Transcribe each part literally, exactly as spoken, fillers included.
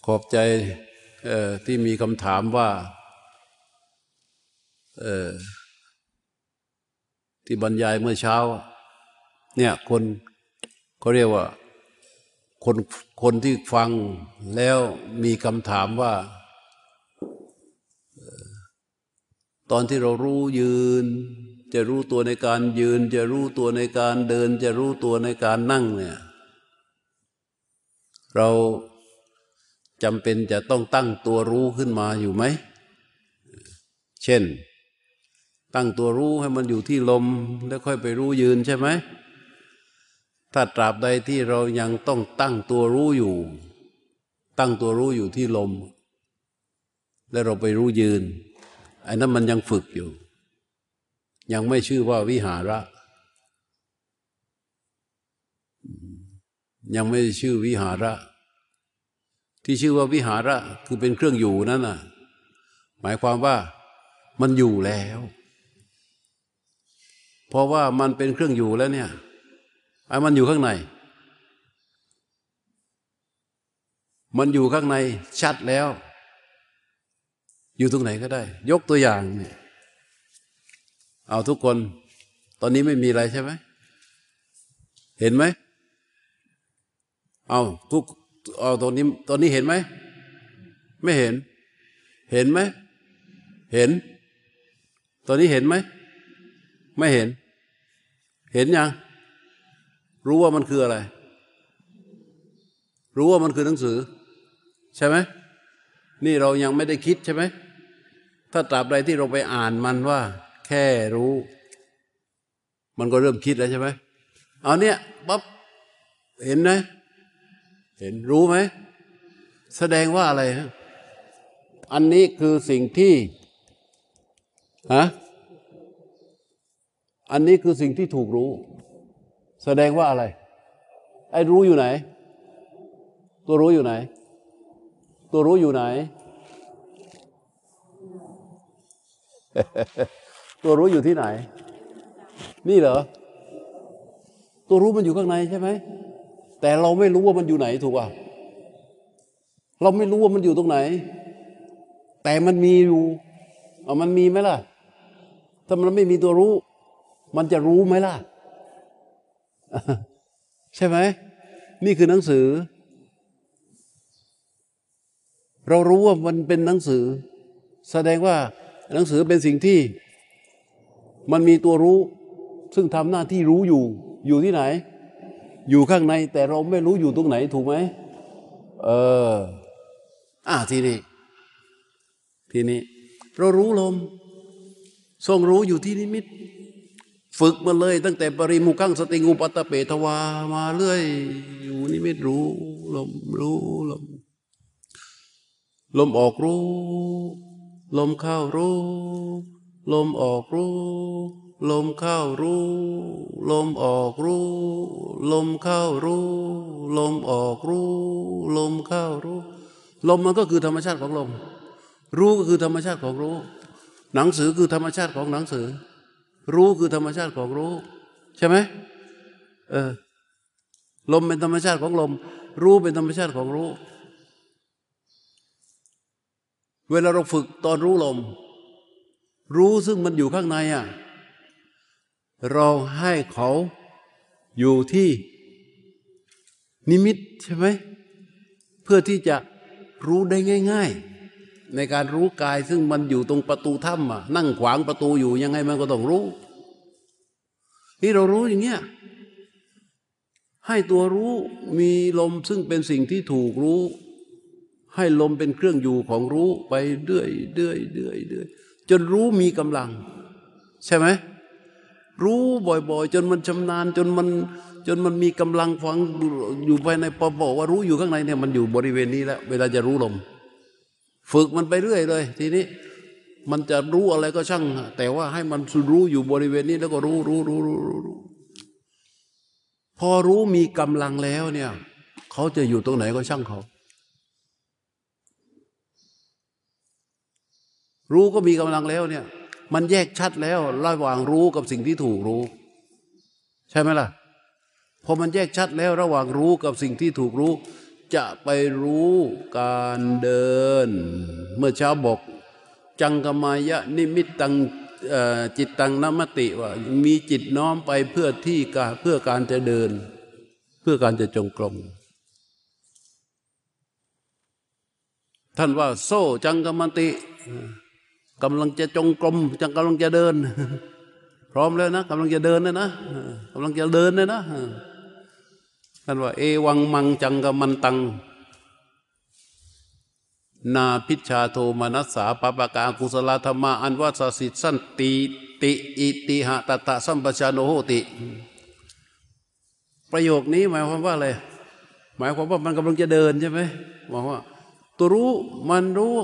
ขอบใจที่มีคำถามว่าที่บรรยายเมื่อเช้าเนี่ยคนเขาเรียกว่าคนคนที่ฟังแล้วมีคำถามว่าตอนที่เรารู้ยืนจะรู้ตัวในการยืนจะรู้ตัวในการเดินจะรู้ตัวในการนั่งเนี่ยเราจำเป็นจะต้องตั้งตัวรู้ขึ้นมาอยู่ไหมเช่นตั้งตัวรู้ให้มันอยู่ที่ลมแล้วค่อยไปรู้ยืนใช่ไหมถ้าตราบใดที่เรายังต้องตั้งตัวรู้อยู่ตั้งตัวรู้อยู่ที่ลมแล้วเราไปรู้ยืนไอ้นั้นมันยังฝึกอยู่ยังไม่ชื่อว่าวิหาระยังไม่ชื่อวิหาระที่ชื่อว่าวิหาระคือเป็นเครื่องอยู่นั่นน่ะหมายความว่ามันอยู่แล้วเพราะว่ามันเป็นเครื่องอยู่แล้วเนี่ยไอ้มันอยู่ข้างในมันอยู่ข้างในชัดแล้วอยู่ตรงไหนก็ได้ยกตัวอย่างเอาทุกคนตอนนี้ไม่มีอะไรใช่ไหมเห็นไหมเอาทุกเอาตอนนี้ตอนนี้เห็นไหมไม่เห็นเห็นไหมเห็นตอนนี้เห็นไหมไม่เห็นเห็นยังรู้ว่ามันคืออะไรรู้ว่ามันคือหนังสือใช่ไหมนี่เรายังไม่ได้คิดใช่ไหมถ้าตราบใดที่เราไปอ่านมันว่าแค่รู้มันก็เริ่มคิดแล้วใช่ไหมเอาเนี่ยปั๊บเห็นไหมเห็นรู้ไหมแสดงว่าอะไรฮะอันนี้คือสิ่งที่ฮะอันนี้คือสิ่งที่ถูกรู้แสดงว่าอะไรไอ้รู้อยู่ไหนตัวรู้อยู่ไหนตัวรู้อยู่ไหน ตัวรู้อยู่ที่ไหนนี่เหรอตัวรู้มันอยู่ข้างในใช่ไหมแต่เราไม่รู้ว่ามันอยู่ไหนถูกป่ะเราไม่รู้ว่ามันอยู่ตรงไหนแต่มันมีอยู่เอามันมีไหมล่ะถ้ามันไม่มีตัวรู้มันจะรู้ไหมล่ะ ใช่ไหมนี่คือหนังสือเรารู้ว่ามันเป็นหนังสือแสดงว่าหนังสือเป็นสิ่งที่มันมีตัวรู้ซึ่งทำหน้าที่รู้อยู่อยู่ที่ไหนอยู่ข้างในแต่เราไม่รู้อยู่ตรงไหนถูกไหมเอออ่ะทีนี้ทีนี้เรารู้ลมทรงรู้อยู่ที่นิมิตฝึกมาเลยตั้งแต่ปริมุขังสติงูปัตตเปทวามาเรื่อยอยู่นิมิตรู้ลมรู้ลมลมออกรู้ลมเข้ารู้ลมออกรู้ลมเข้ารู้ลมออกรู้ลมเข้ารู้ลมออกรู้ลมเข้ารู้ลมมันก็คือธรรมชาติของลมรู้ก็คือธรรมชาติของรู้หนังสือคือธรรมชาติของหนังสือรู้คือธรรมชาติของรู้ใช่ไหมเออลมเป็นธรรมชาติของลมรู้เป็นธรรมชาติของรู้เวลาเราฝึกตอนรู้ลมรู้ซึ่งมันอยู่ข้างในอ่ะเราให้เขาอยู่ที่นิมิตใช่ไหมเพื่อที่จะรู้ได้ง่ายๆในการรู้กายซึ่งมันอยู่ตรงประตูถ้ำอ่ะนั่งขวางประตูอยู่ยังไงมันก็ต้องรู้ที่เรารู้อย่างเงี้ยให้ตัวรู้มีลมซึ่งเป็นสิ่งที่ถูกรู้ให้ลมเป็นเครื่องอยู่ของรู้ไปเรื่อยเรื่อยเรื่อยเรื่อยจนรู้มีกำลังใช่ไหมรู้บ่อยๆจนมันชำนาญจนมันจนมันมีกำลังฟังอยู่ภายในพอบอกว่ารู้อยู่ข้างในเนี่ยมันอยู่บริเวณนี้แล้วเวลาจะรู้ลมฝึกมันไปเรื่อยเลยทีนี้มันจะรู้อะไรก็ช่างแต่ว่าให้มันรู้อยู่บริเวณนี้แล้วก็รู้รู้รู้รู้รู้พอรู้มีกำลังแล้วเนี่ยเขาจะอยู่ตรงไหนก็ช่างเขารู้ก็มีกำลังแล้วเนี่ยมันแยกชัดแล้วระหว่างรู้กับสิ่งที่ถูกรู้ใช่ไหมล่ะพอมันแยกชัดแล้วระหว่างรู้กับสิ่งที่ถูกรู้จะไปรู้การเดินเมื่อเช้าบอกจังกมายะนิมิตตังจิตตังนมติว่ามีจิตน้อมไปเพื่อที่การเพื่อการจะเดินเพื่อการจะจงกรมท่านว่าโซจังกมติกำลังจะจงกรมจังกำลังจะเดินพร้อมแล้วนะกำลังจะเดินนะนะกำลังจะเดินเลยนะท่านว่าเอวังมังจังกมันตังนาพิชาโทมนัสสาปปะกากุศลธรรมาอันวัสสิสันติติอิติหะตถะสัมปชาโนโหติประโยคนี้หมายความว่าอะไรหมายความว่ามันกำลังจะเดินใช่ไหมบอกว่าตัวรู้มันรู้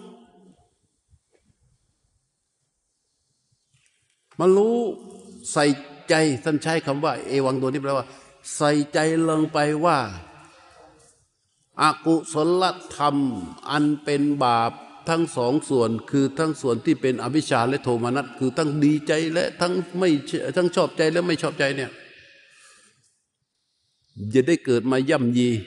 มันรู้ใส่ใจท่านใช้คำว่าเอวังตัวนี้แปลว่าใส่ใจลงไปว่าอกุศลธรรมอันเป็นบาปทั้งสองส่วนคือทั้งส่วนที่เป็นอวิชชาและโทมนัสคือทั้งดีใจและทั้งไม่ทั้งชอบใจและไม่ชอบใจเนี่ยจะได้เกิดมาย่ำยี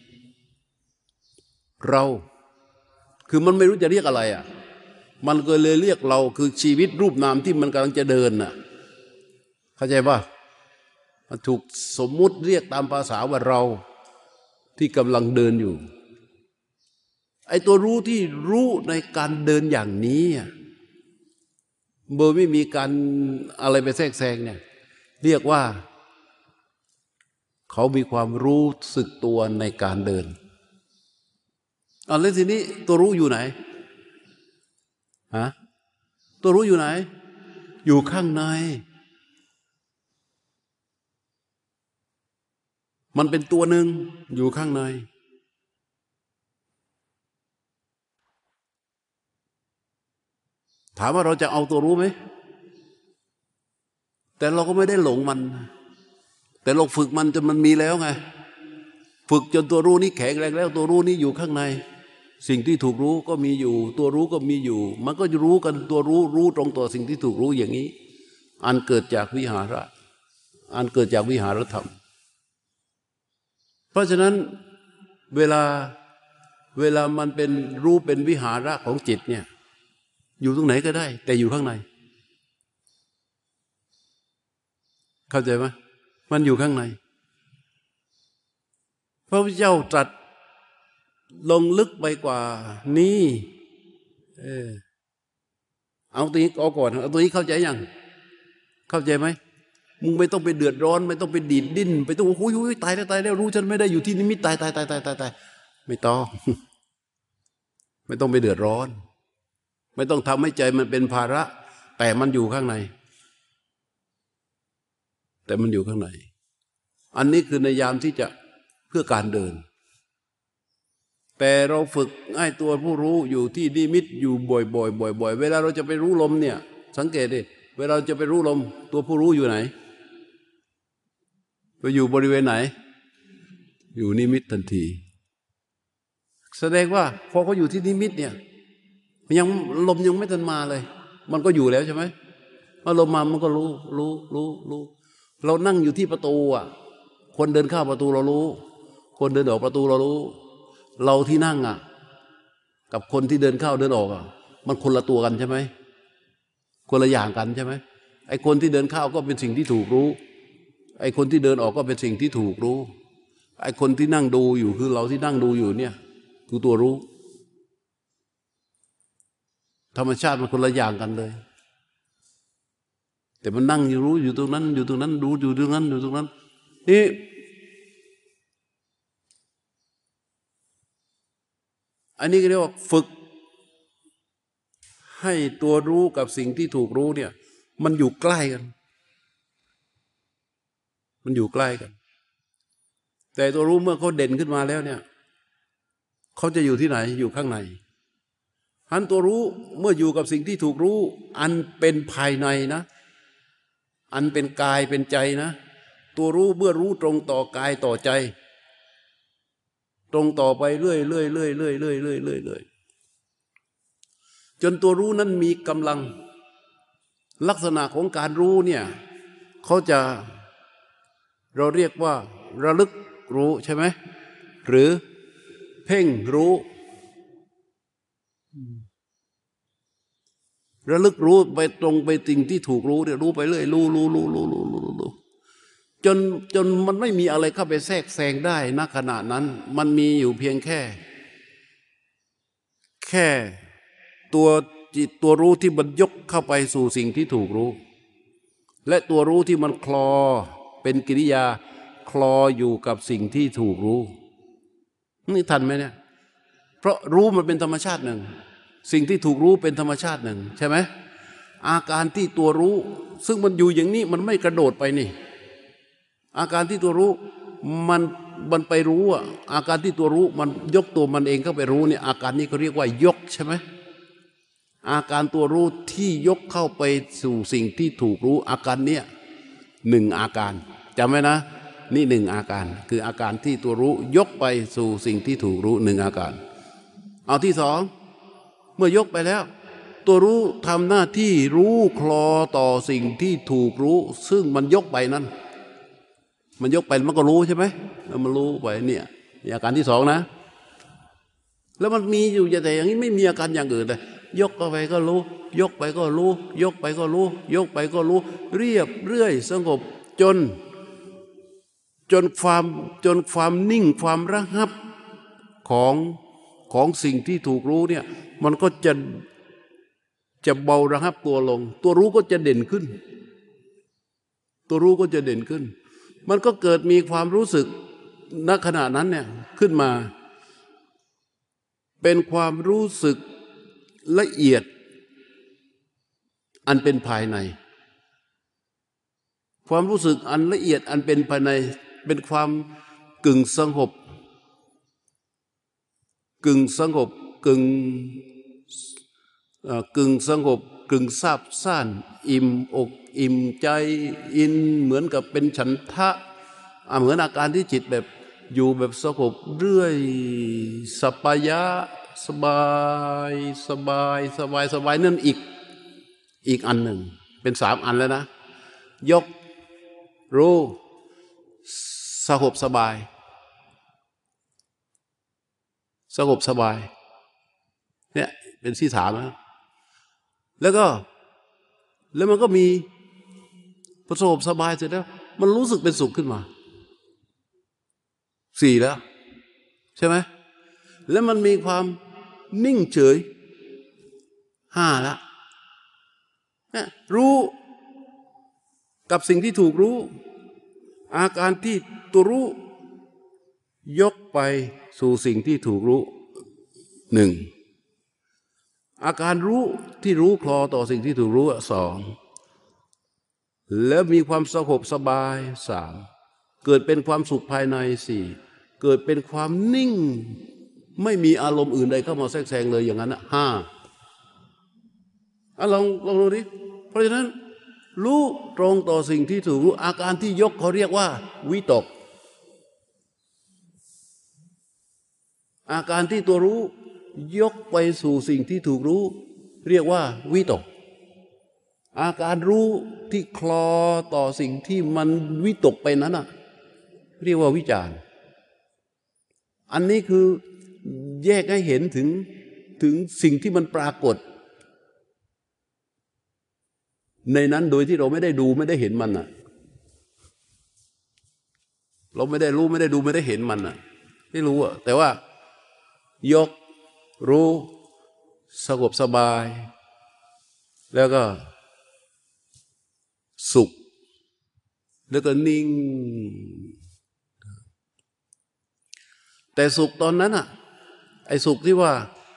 เราคือมันไม่รู้จะเรียกอะไรอ่ะมันก็เลยเรียกเราคือชีวิตรูปนามที่มันกำลังจะเดินน่ะเข้าใจป่ะมันถูกสมมุติเรียกตามภาษาว่าเราที่กำลังเดินอยู่ไอ้ตัวรู้ที่รู้ในการเดินอย่างนี้เบอร์ไม่มีการอะไรไปแทรกแซงเนี่ยเรียกว่าเขามีความรู้สึกตัวในการเดินอ่ะแล้วทีนี้ตัวรู้อยู่ไหนฮะตัวรู้อยู่ไหนอยู่ข้างในมันเป็นตัวหนึ่งอยู่ข้างในถามว่าเราจะเอาตัวรู้ไหมแต่เราก็ไม่ได้หลงมันแต่เราฝึกมันจนมันมีแล้วไงฝึกจนตัวรู้นี้แข็งแรงแล้วตัวรู้นี้อยู่ข้างในสิ่งที่ถูกรู้ก็มีอยู่ตัวรู้ก็มีอยู่มันก็จะรู้กันตัวรู้รู้ตรงต่อสิ่งที่ถูกรู้อย่างนี้อันเกิดจากวิหาระอันเกิดจากวิหารธรรมเพราะฉะนั้นเวลาเวลามันเป็นรู้เป็นวิหาระของจิตเนี่ยอยู่ตรงไหนก็ได้แต่อยู่ข้างในเข้าใจไหมมันอยู่ข้างในพระพุทธเจ้าตรัสลงลึกไปกว่านี้เออเอาตัวนี้เอาก่อนเอาตัวนี้เข้าใจยังเข้าใจไหมมึงไม่ต้องไปเดือดร้อนไม่ต้องไปดีดดิ้นไปต้องโอ้ยตายแล้วตายแล้วรู้ฉันไม่ได้อยู่ที่นิมิตตายตายตายตายตายตายไม่ต้องไม่ต้องไปเดือดร้อนไม่ต้องทำให้ใจมันเป็นภาระแต่มันอยู่ข้างในแต่มันอยู่ข้างในอันนี้คือในยามที่จะเพื่อการเดินแต่เราฝึกให้ตัวผู้รู้อยู่ที่นิมิตอยู่บ่อยๆบ่อยๆเวลาเราจะไปรู้ลมเนี่ยสังเกตดิเวลาจะไปรู้ลมตัวผู้รู้อยู่ไหนไปอยู่บริเวณไหนอยู่นิมิตทันทีแสดงว่าพอเขาอยู่ที่นิมิตเนี่ยยังลมยังไม่ทันมาเลยมันก็อยู่แล้วใช่ไหมพอลมมามันก็รู้รู้รู้รู้เรานั่งอยู่ที่ประตูอ่ะคนเดินเข้าประตูเรารู้คนเดินออกประตูเรารู้เราที่นั่งอ่ะกับคนที่เดินเข้าเดินออกอ่ะมันคนละตัวกันใช่ไหมคนละอย่างกันใช่ไหมไอ้คนที่เดินเข้าก็เป็นสิ่งที่ถูกรู้ไอ้คนที่เดินออกก็เป็นสิ่งที่ถูกรู้ไอ้คนที่นั่งดูอยู่คือเราที่นั่งดูอยู่เนี่ยคือตัวรู้ธรรมชาติมันคนละอย่างกันเลยแต่มันนั่งอยู่รู้อยู่ตรงนั้นอยู่ตรงนั้นรู้อยู่ตรงนั้นอยู่ตรงนั้นนี่อันนี้ก็เรียกว่าฝึกให้ตัวรู้กับสิ่งที่ถูกรู้เนี่ยมันอยู่ใกล้กันมันอยู่ใกล้กันแต่ตัวรู้เมื่อเขาเด่นขึ้นมาแล้วเนี่ยเขาจะอยู่ที่ไหนอยู่ข้างในหันตัวรู้เมื่ออยู่กับสิ่งที่ถูกรู้อันเป็นภายในนะอันเป็นกายเป็นใจนะตัวรู้เมื่อรู้ตรงต่อกายต่อใจตรงต่อไปเรื่อยเรื่อยเรื่อยเรื่อยเรื่อยเรื่อยเรื่อยเรื่อยจนตัวรู้นั้นมีกำลังลักษณะของการรู้เนี่ยเขาจะเราเรียกว่าระลึกรู้ใช่ไหมหรือเพ่งรู้ระลึกรู้ไปตรงไปสิ่งที่ถูกรู้เนี่ยรู้ไปเรื่อยรู้รู้รู้รู้รู้รู้รู้จนจนมันไม่มีอะไรเข้าไปแทรกแซงได้ณขณะนั้นมันมีอยู่เพียงแค่แค่ตัวจิตตัวรู้ที่มันยกเข้าไปสู่สิ่งที่ถูกรู้และตัวรู้ที่มันคลอเป็นกิริยาคลออยู่กับสิ่งที่ถูกรู้นี่ทันไหมเนี่ยเพราะรู้มันเป็นธรรมชาติหนึ่งสิ่งที่ถูกรู้เป็นธรรมชาติหนึ่งใช่ไหมอาการที่ตัวรู้ซึ่งมันอยู่อย่างนี้มันไม่กระโดดไปนี่อาการที่ตัวรู้มันมันไปรู้อ่ะอาการที่ตัวรู้มันยกตัวมันเองเข้าไปรู้เนี่ยอาการนี้เขาเรียกว่ายกใช่ไหมอาการตัวรู้ที่ยกเข้าไปสู่สิ่งที่ถูกรู้อาการเนี้ยหนึ่งอาการจำไว้นะนี่หนึ่งอาการคืออาการที่ตัวรู้ยกไปสู่สิ่งที่ถูกรู้หนึ่งอาการเอาที่สองเมื่อยกไปแล้วตัวรู้ทำหน้าที่รู้คลอต่อสิ่งที่ถูกรู้ซึ่งมันยกไปนั้นมันยกไปมันก็รู้ใช่ไหมแล้วมันรู้ไปเนี่ยอาการที่สองนะแล้วมันมีอยู่แต่อย่างนี้ไม่มีอาการอย่างอื่นเลยยกไปก็รู้ยกไปก็รู้ยกไปก็รู้ยกไปก็รู้เรียบเรื่อยสงบจนจนความจนความนิ่งความระงับของของสิ่งที่ถูกรู้เนี่ยมันก็จะจะเบาระงับตัวลงตัวรู้ก็จะเด่นขึ้นตัวรู้ก็จะเด่นขึ้นมันก็เกิดมีความรู้สึกณขณะนั้นเนี่ยขึ้นมาเป็นความรู้สึกละเอียดอันเป็นภายในความรู้สึกอันละเอียดอันเป็นภายในเป็นความกึ่งสงบกึ่งสงบกึ่งกึ่งสงบกึ่งซาบซ่านอิ่มอกอิ่มใจอินเหมือนกับเป็นฉันทะเหมือนอาการที่จิตแบบอยู่แบบสงบเรื่อยสปายะสบายสบายสบายสบายนั่นอีกอีกอันหนึ่งเป็นสามอันแล้วนะยกรู้สงบสบายสงบสบายเนี่ยเป็นที่สามนะแล้วก็แล้วมันก็มีพอสงบสบายเสร็จแล้วมันรู้สึกเป็นสุขขึ้นมาสี่แล้วใช่ไหมแล้วมันมีความนิ่งเฉยห้าแล้วรู้กับสิ่งที่ถูกรู้อาการที่ตัวรู้ยกไปสู่สิ่งที่ถูกรู้หนึ่งอาการรู้ที่รู้คลอต่อสิ่งที่ถูกรู้สองแล้วมีความสงบสบายสามเกิดเป็นความสุขภายในสี่เกิดเป็นความนิ่งไม่มีอารมณ์อื่นใดเข้ามาแทรกแซงเลยอย่างนั้นนะห้าอ่ะลองลองดูดิเพราะฉะนั้นรู้ตรงต่อสิ่งที่ถูกรู้อาการที่ยกเขาเรียกว่าวิตกอาการที่ตัวรู้ยกไปสู่สิ่งที่ถูกรู้เรียกว่าวิตกอาการรู้ที่คลอต่อสิ่งที่มันวิตกไปนั้นน่ะเรียกว่าวิจารณ์อันนี้คือแยกให้เห็นถึงถึงสิ่งที่มันปรากฏในนั้นโดยที่เราไม่ได้ดูไม่ได้เห็นมันน่ะเราไม่ได้รู้ไม่ได้ดูไม่ได้เห็นมันน่ะไม่รู้อะแต่ว่ายกรู้สงบสบายแล้วก็สุขแล้วก็นิ่งแต่สุขตอนนั้นอ่ะไอ้สุขที่ว่า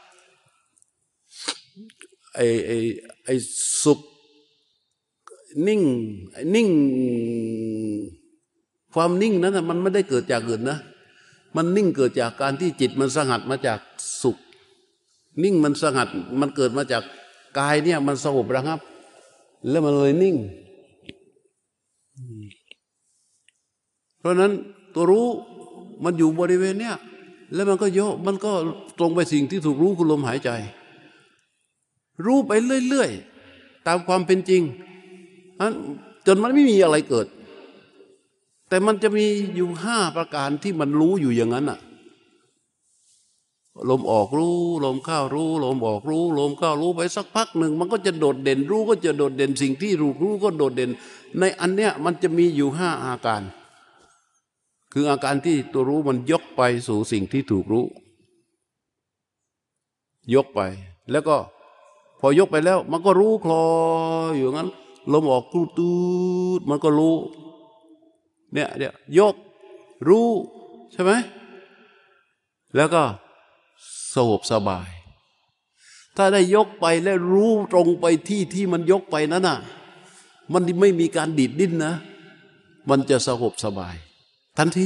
ไอ้ไอ้ไอ้สุขนิ่งนิ่งความนิ่งนั้นมันไม่ได้เกิดจากอื่นนะมันนิ่งเกิดจากการที่จิตมันสงัดมาจากสุขนิ่งมันสงัดมันเกิดมาจากกายเนี่ยมันสงบระงับแล้วมันเลยนิ่งเพราะนั้นตัวรู้มันอยู่บริเวณเนี้ยแล้วมันก็โยมันก็ตรงไปสิ่งที่ถูกรู้คือลมหายใจรู้ไปเรื่อยๆตามความเป็นจริงจนมันไม่มีอะไรเกิดแต่มันจะมีอยู่ห้าประการที่มันรู้อยู่อย่างนั้นอ่ะลมออกรู้ลมเข้ารู้ลมออกรู้ลมเข้ารู้ไปสักพักหนึ่งมันก็จะโดดเด่นรู้ก็จะโดดเด่นสิ่งที่รู้รู้ก็โดดเด่นในอันเนี้ยมันจะมีอยู่ห้าอาการคืออาการที่ตัวรู้มันยกไปสู่สิ่งที่ถูกรู้ยกไปแล้วก็พอยกไปแล้วมันก็รู้คลออยู่งั้นลมออกตูตูดมันก็รู้เนี่ยเนี่ยยกรู้ใช่ไหมแล้วก็สงบสบายถ้าได้ยกไปและรู้ตรงไปที่ที่มันยกไปนั้นน่ะมันไม่มีการดีดดิ้นนะมันจะสงบสบายทันที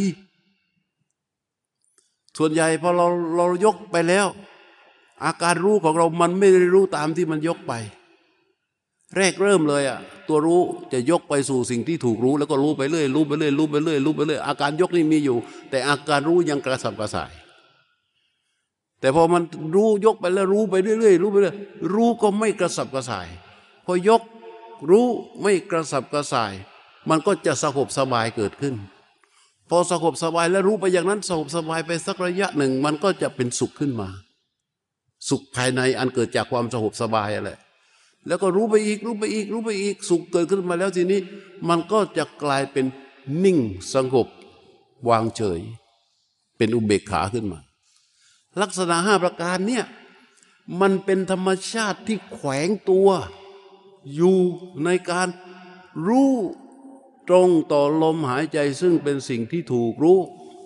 ส่วนใหญ่พอเราเรายกไปแล้วอาการรู้ของเรามันไม่ได้รู้ตามที่มันยกไปแรกเริ่มเลยอ่ะตัวรู้จะยกไปสู่สิ่งที่ถูกรู้แล้วก็รู้ไปเรื่อยรู้ไปเรื่อยรู้ไปเรื่อยรู้ไปเรื่อยอาการยกนี่มีอยู่แต่อาการรู้ยังกระสับกระส่ายแต่พอมันรู้ยกไปแล้วรู้ไปเรื่อยๆรู้ไปเรื่อยรู้ก็ไม่กระสับกระส่ายพอยกรู้ไม่กระสับกระส่ายมันก็จะสงบสบายเกิดขึ้นพอสงบสบายแล้วรู้ไปอย่างนั้นสงบสบายไปสักระยะหนึ่งมันก็จะเป็นสุขขึ้นมาสุขภายในอันเกิดจากความสงบสบายอะไรแล้วก็รู้ไปอีกรู้ไปอีกรู้ไปอีกสุขเกิดขึ้นมาแล้วทีนี้มันก็จะกลายเป็นนิ่งสงบวางเฉยเป็นอุเบกขาขึ้นมาลักษณะห้าประการเนี่ยมันเป็นธรรมชาติที่แขวงตัวอยู่ในการรู้ตรงต่อลมหายใจซึ่งเป็นสิ่งที่ถูกรู้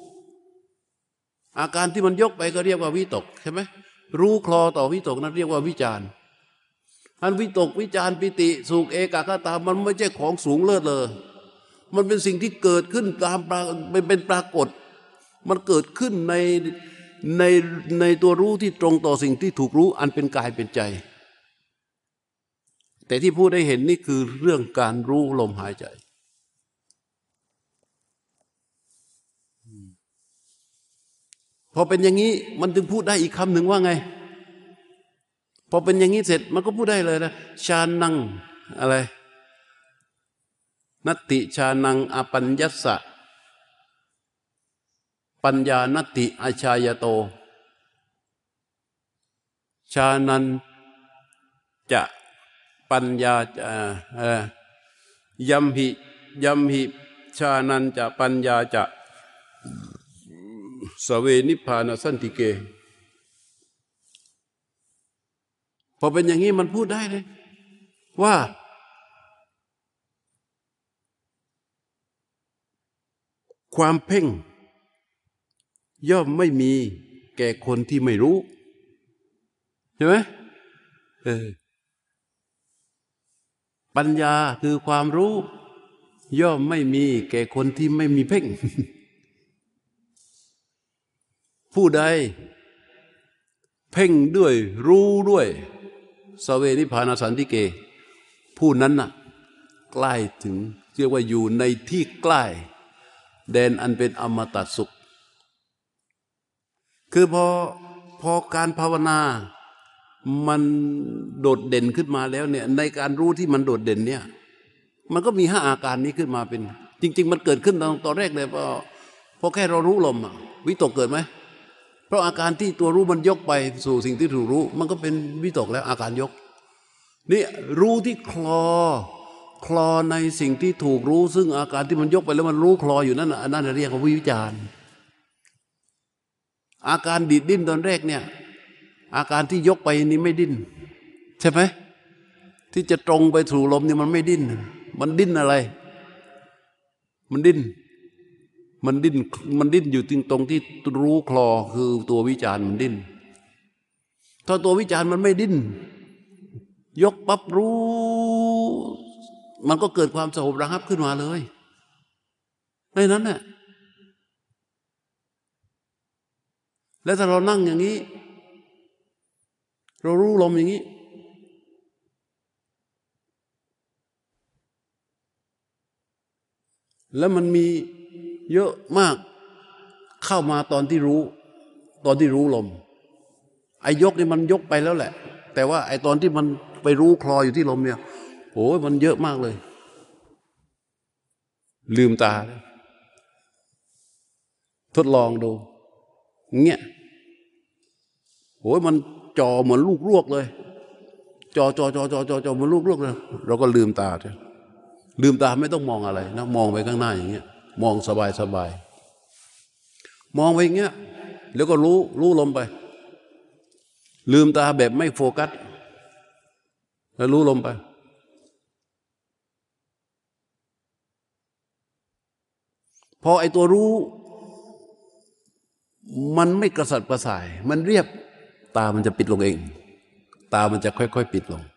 อาการที่มันยกไปก็เรียกว่าวิตกใช่ไหมรู้คลอต่อวิตกนั้นเรียกว่าวิจารอันวิตกวิจารปิติสุขเอกคตามันไม่ใช่ของสูงเลิศเลยมันเป็นสิ่งที่เกิดขึ้นตามเป็นปรากฏมันเกิดขึ้นในในในตัวรู้ที่ตรงต่อสิ่งที่ถูกรู้อันเป็นกายเป็นใจแต่ที่พูดได้เห็นนี่คือเรื่องการรู้ลมหายใจพอเป็นอย่างนี้มันจึงพูดได้อีกคำหนึ่งว่าไงพอเป็นอย่างนี้เสร็จมันก็พูดได้เลยนะชานังอะไรนัตติชานังอปัญญัสสะปัญญานัตติอชายโตชานันจะปัญญาจะยัมหิยัมหิชานันจะปัญญาจะสเวนิพพานสันติเกพอเป็นอย่างนี้มันพูดได้เลยว่าความเพ่งย่อมไม่มีแก่คนที่ไม่รู้ใช่ไหมเออปัญญาคือความรู้ย่อมไม่มีแก่คนที่ไม่มีเพ่งผู้ใดเพ่งด้วยรู้ด้วยสเวนิพพานสันติเกผู้นั้นน่ะใกล้ถึงเรียกว่าอยู่ในที่ใกล้แดนอันเป็นอมตะสุขคือพอพอการภาวนามันโดดเด่นขึ้นมาแล้วเนี่ยในการรู้ที่มันโดดเด่นเนี่ยมันก็มีห้าอาการนี้ขึ้นมาเป็นจริงๆมันเกิดขึ้นตอนตอนแรกเลยพอพอแค่เรารู้ลมวิตกเกิดไหมเพราะอาการที่ตัวรู้มันยกไปสู่สิ่งที่ถูกรู้มันก็เป็นวิตกแล้วอาการยกนี่รู้ที่คลอคลอในสิ่งที่ถูกรู้ซึ่งอาการที่มันยกไปแล้วมันรู้คลออยู่นั่นอันนั้นเรียกว่าวิจารณ์อาการดีดดิ้นตอนแรกเนี่ยอาการที่ยกไปนี่ไม่ดิ้นใช่ไหมที่จะตรงไปถูลมนี่มันไม่ดิ้นมันดิ้นอะไรมันดิ้นมันดิ้นมันดิ้นอยู่ตรงตรงที่รู้คลอคือตัววิจารณ์มันดิ้นถ้าตัววิจารณ์มันไม่ดิ้นยกปั๊บรู้มันก็เกิดความสงบระงับขึ้นมาเลยในนั้นน่ะแล้วถ้าเรานั่งอย่างนี้เรารู้ลมอย่างนี้แล้วมันมีเยอะมากเข้ามาตอนที่รู้ตอนที่รู้ลมไอ้ยกนี่มันยกไปแล้วแหละแต่ว่าไอ้ตอนที่มันไปรู้คลออยู่ที่ลมเนี่ยโอ้ยมันเยอะมากเลยลืมตาทดลองดูเงี้ยโอ้ยมันจ่อเหมือนลูกรวกเลยจ่อจ่อจ่อจ่อจ่อจ่อเหมือนลูกรวกเลยเราก็ลืมตาเถอะลืมตาไม่ต้องมองอะไรนะมองไปข้างหน้าอย่างเงี้ยมองสบายสบายมองไปอย่างเงี้ยแล้วก็รู้รู้ลมไปลืมตาแบบไม่โฟกัสแล้วรู้ลมไปพอไอ้ตัวรู้มันไม่กระสัดกระส่ายมันเรียบตามันจะปิดลงเองตามันจะค่อยๆปิดลง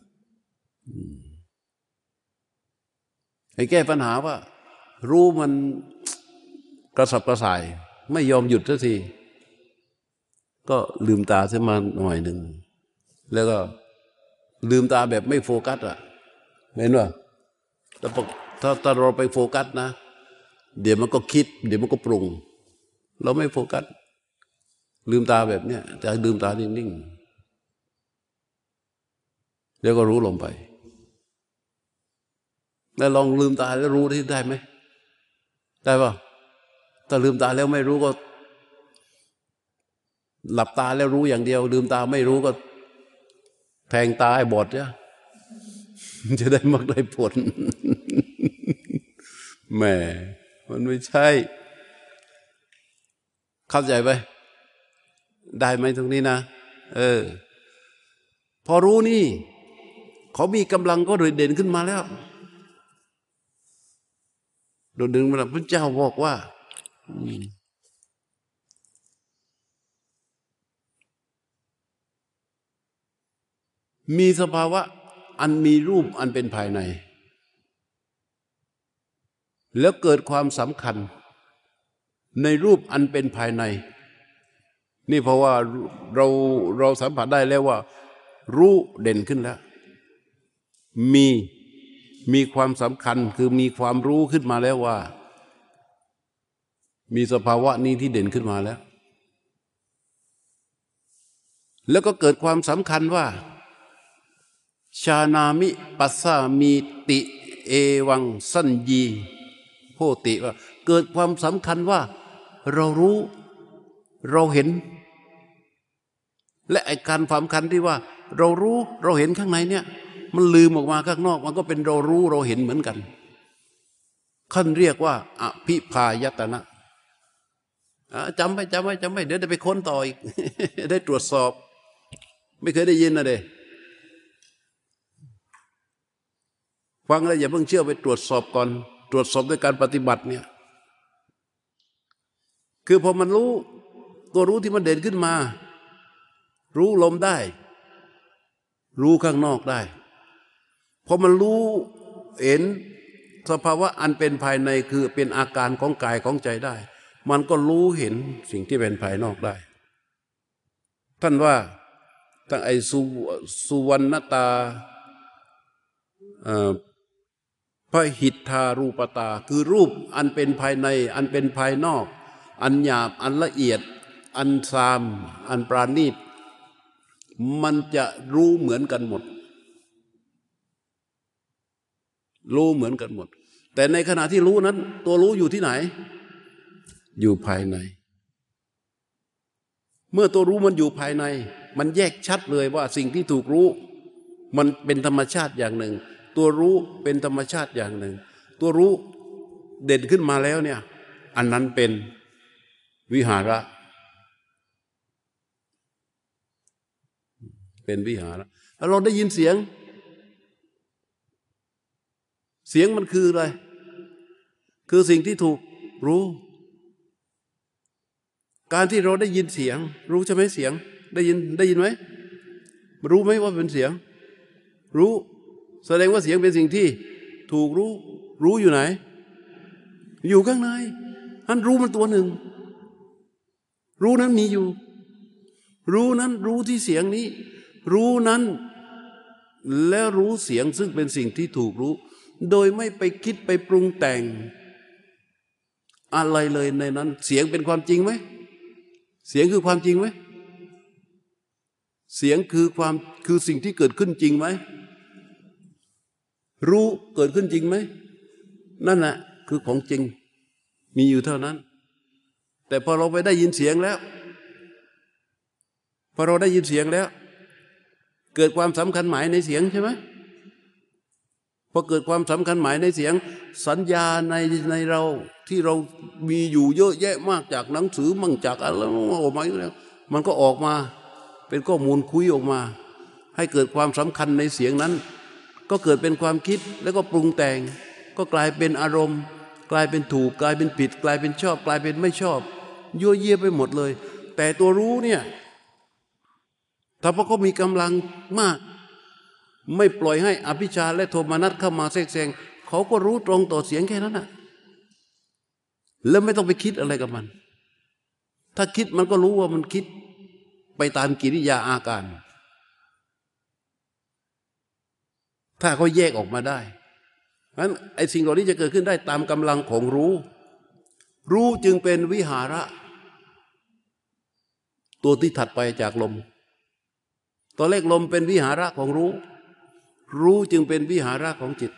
ให้แก้ปัญหาว่ารู้มันกระสับกระส่ายไม่ยอมหยุดสักทีก็ลืมตาเสียมาหน่อยหนึ่งแล้วก็ลืมตาแบบไม่โฟกัสอ่ะเห็นป่ะแต่ถ้าถ้าเราไปโฟกัสนะเดี๋ยวมันก็คิดเดี๋ยวมันก็ปรุงเราไม่โฟกัสลืมตาแบบเนี้ยแต่ลืมตานิ่งๆแล้วก็รู้ลงไปแล้วลองลืมตาแล้วรู้ที่ได้ไหมได้ป่ะถ้าลืมตาแล้วไม่รู้ก็หลับตาแล้วรู้อย่างเดียวลืมตาไม่รู้ก็แทงตาให้บอดเนี่ยจะได้มักได้ผลแหมมันไม่ใช่เข้าใจไหมได้ไหมตรงนี้นะเออพอรู้นี่เขามีกำลังก็เด่นขึ้นมาแล้วโดดดึงมาพระเจ้าบอกว่ามีสภาวะอันมีรูปอันเป็นภายในแล้วเกิดความสำคัญในรูปอันเป็นภายในนี่เพราะว่าเราเราสัมผัสได้แล้วว่ารู้เด่นขึ้นแล้วมีมีความสำคัญคือมีความรู้ขึ้นมาแล้วว่ามีสภาวะนี้ที่เด่นขึ้นมาแล้วแล้วก็เกิดความสำคัญว่าชานามิปัสสามีติเอวังสัญญีโพติว่าเกิดความสำคัญว่าเรารู้เราเห็นและไอ้การสำคัญที่ว่าเรารู้เราเห็นข้างในเนี่ยมันลืมออกมาข้างนอกมันก็เป็นเรารู้เราเห็นเหมือนกันขั้นเรียกว่าอภิพายตนะจำไว้จำไว้จำไว้เดี๋ยวจะไปค้นต่ออีก ได้ตรวจสอบไม่เคยได้ยินนะเด้ฟังแล้วอย่าเพิ่งเชื่อไปตรวจสอบก่อนตรวจสอบด้วยการปฏิบัติเนี่ยคือพอมันรู้ตัวรู้ที่มันเด่นขึ้นมารู้ลมได้รู้ข้างนอกได้พอมันรู้เห็นสภาวะอันเป็นภายในคือเป็นอาการของกายของใจได้มันก็รู้เห็นสิ่งที่เป็นภายนอกได้ท่านว่าตั้งไอสุสุวรรณตาพหิทธารูปตาคือรูปอันเป็นภายในอันเป็นภายนอกอันหยาบอันละเอียดอันซามอันปราณีตมันจะรู้เหมือนกันหมดรู้เหมือนกันหมดแต่ในขณะที่รู้นั้นตัวรู้อยู่ที่ไหนอยู่ภายในเมื่อตัวรู้มันอยู่ภายในมันแยกชัดเลยว่าสิ่งที่ถูกรู้มันเป็นธรรมชาติอย่างหนึ่งตัวรู้เป็นธรรมชาติอย่างหนึ่งตัวรู้เด่นขึ้นมาแล้วเนี่ยอันนั้นเป็นวิหาระเป็นวิหาระแล้วเราได้ยินเสียงเสียงมันคืออะไรคือสิ่งที่ถูกรู้การที่เราได้ยินเสียงรู้ใช่ไหมเสียงได้ยินได้ยินไหมรู้ไหมว่าเป็นเสียงรู้แสดงว่าเสียงเป็นสิ่งที่ถูกรู้รู้อยู่ไหนอยู่ข้างในอันรู้มันตัวหนึ่งรู้นั้นมีอยู่รู้นั้นรู้ที่เสียงนี้รู้นั้นแล้วรู้เสียงซึ่งเป็นสิ่งที่ถูกรู้โดยไม่ไปคิดไปปรุงแต่งอะไรเลยในนั้นเสียงเป็นความจริงไหมเสียงคือความจริงไหมเสียงคือความคือสิ่งที่เกิดขึ้นจริงไหมรู้เกิดขึ้นจริงไหมนั่นแหละคือของจริงมีอยู่เท่านั้นแต่พอเราไปได้ยินเสียงแล้วพอเราได้ยินเสียงแล้วเกิดความสำคัญหมายในเสียงใช่ไหมพอเกิดความสำคัญหมายในเสียงสัญญาในในเราที่เรามีอยู่เยอะแยะมากจากหนังสือมั่งจากอะไรออกมาแล้วมันก็ออกมาเป็นข้อมูลคุยออกมาให้เกิดความสำคัญในเสียงนั้นก็เกิดเป็นความคิดแล้วก็ปรุงแต่งก็กลายเป็นอารมณ์กลายเป็นถูกกลายเป็นผิดกลายเป็นชอบกลายเป็นไม่ชอบยั่วเยี่ยไปหมดเลยแต่ตัวรู้เนี่ยถ้าพวกเขามีกำลังมากไม่ปล่อยให้อภิชาและโทมนัสเข้ามาแทรกแซงเขาก็รู้ตรงต่อเสียงแค่นั้นนะแล้วไม่ต้องไปคิดอะไรกับมันถ้าคิดมันก็รู้ว่ามันคิดไปตามกิริยาอาการถ้าเขาแยกออกมาได้เพราะฉะนั้นไอ้สิ่งเหล่านี้จะเกิดขึ้นได้ตามกำลังของรู้รู้จึงเป็นวิหาระตัวที่ถัดไปจากลมตัวเลขลมเป็นวิหาระของรู้รู้จึงเป็นวิหาระของจิต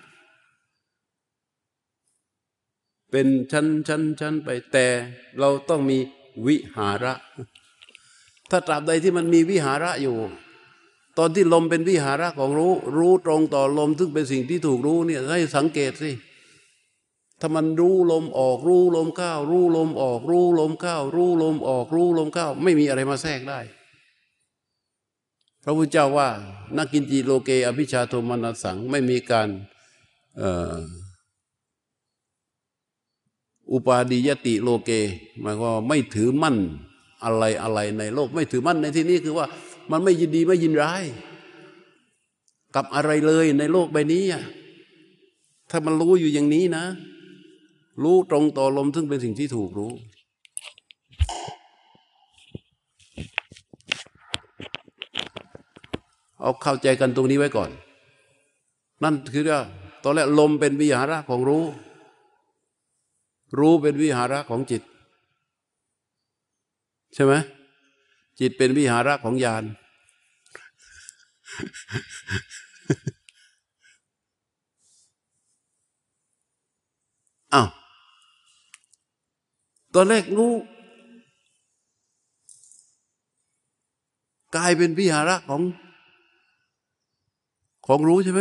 เป็นชั้นชั้นชั้นไปแต่เราต้องมีวิหาระถ้าตราบใดที่มันมีวิหาระอยู่ตอนที่ลมเป็นวิหาระของรู้รู้ตรงต่อลมซึ่งเป็นสิ่งที่ถูกรู้เนี่ยให้สังเกตสิถ้ามันรู้ลมออกรู้ลมเข้ารู้ลมออกรู้ลมเข้ารู้ลมออกรู้ลมเข้าไม่มีอะไรมาแทรกได้พระพุทธเจ้าว่านักกินจีโลเกอภิชาโทมนัสสังไม่มีการอุปาดิยติโลเกหมายความว่าไม่ถือมั่นอะไรอะไรในโลกไม่ถือมั่นในที่นี้คือว่ามันไม่ยินดีไม่ยินร้ายกับอะไรเลยในโลกใบนี้ถ้ามันรู้อยู่อย่างนี้นะรู้ตรงต่อลมซึ่งเป็นสิ่งที่ถูกรู้เอาเข้าใจกันตรงนี้ไว้ก่อนนั่นคือว่าตอนแรกลมเป็นวิหาระของรู้รู้เป็นวิหาระของจิตใช่ไหมจิตเป็นวิหาระของญาณอ้าวตอนแรกรู้กลายเป็นวิหาระของของรู้ใช่ไหม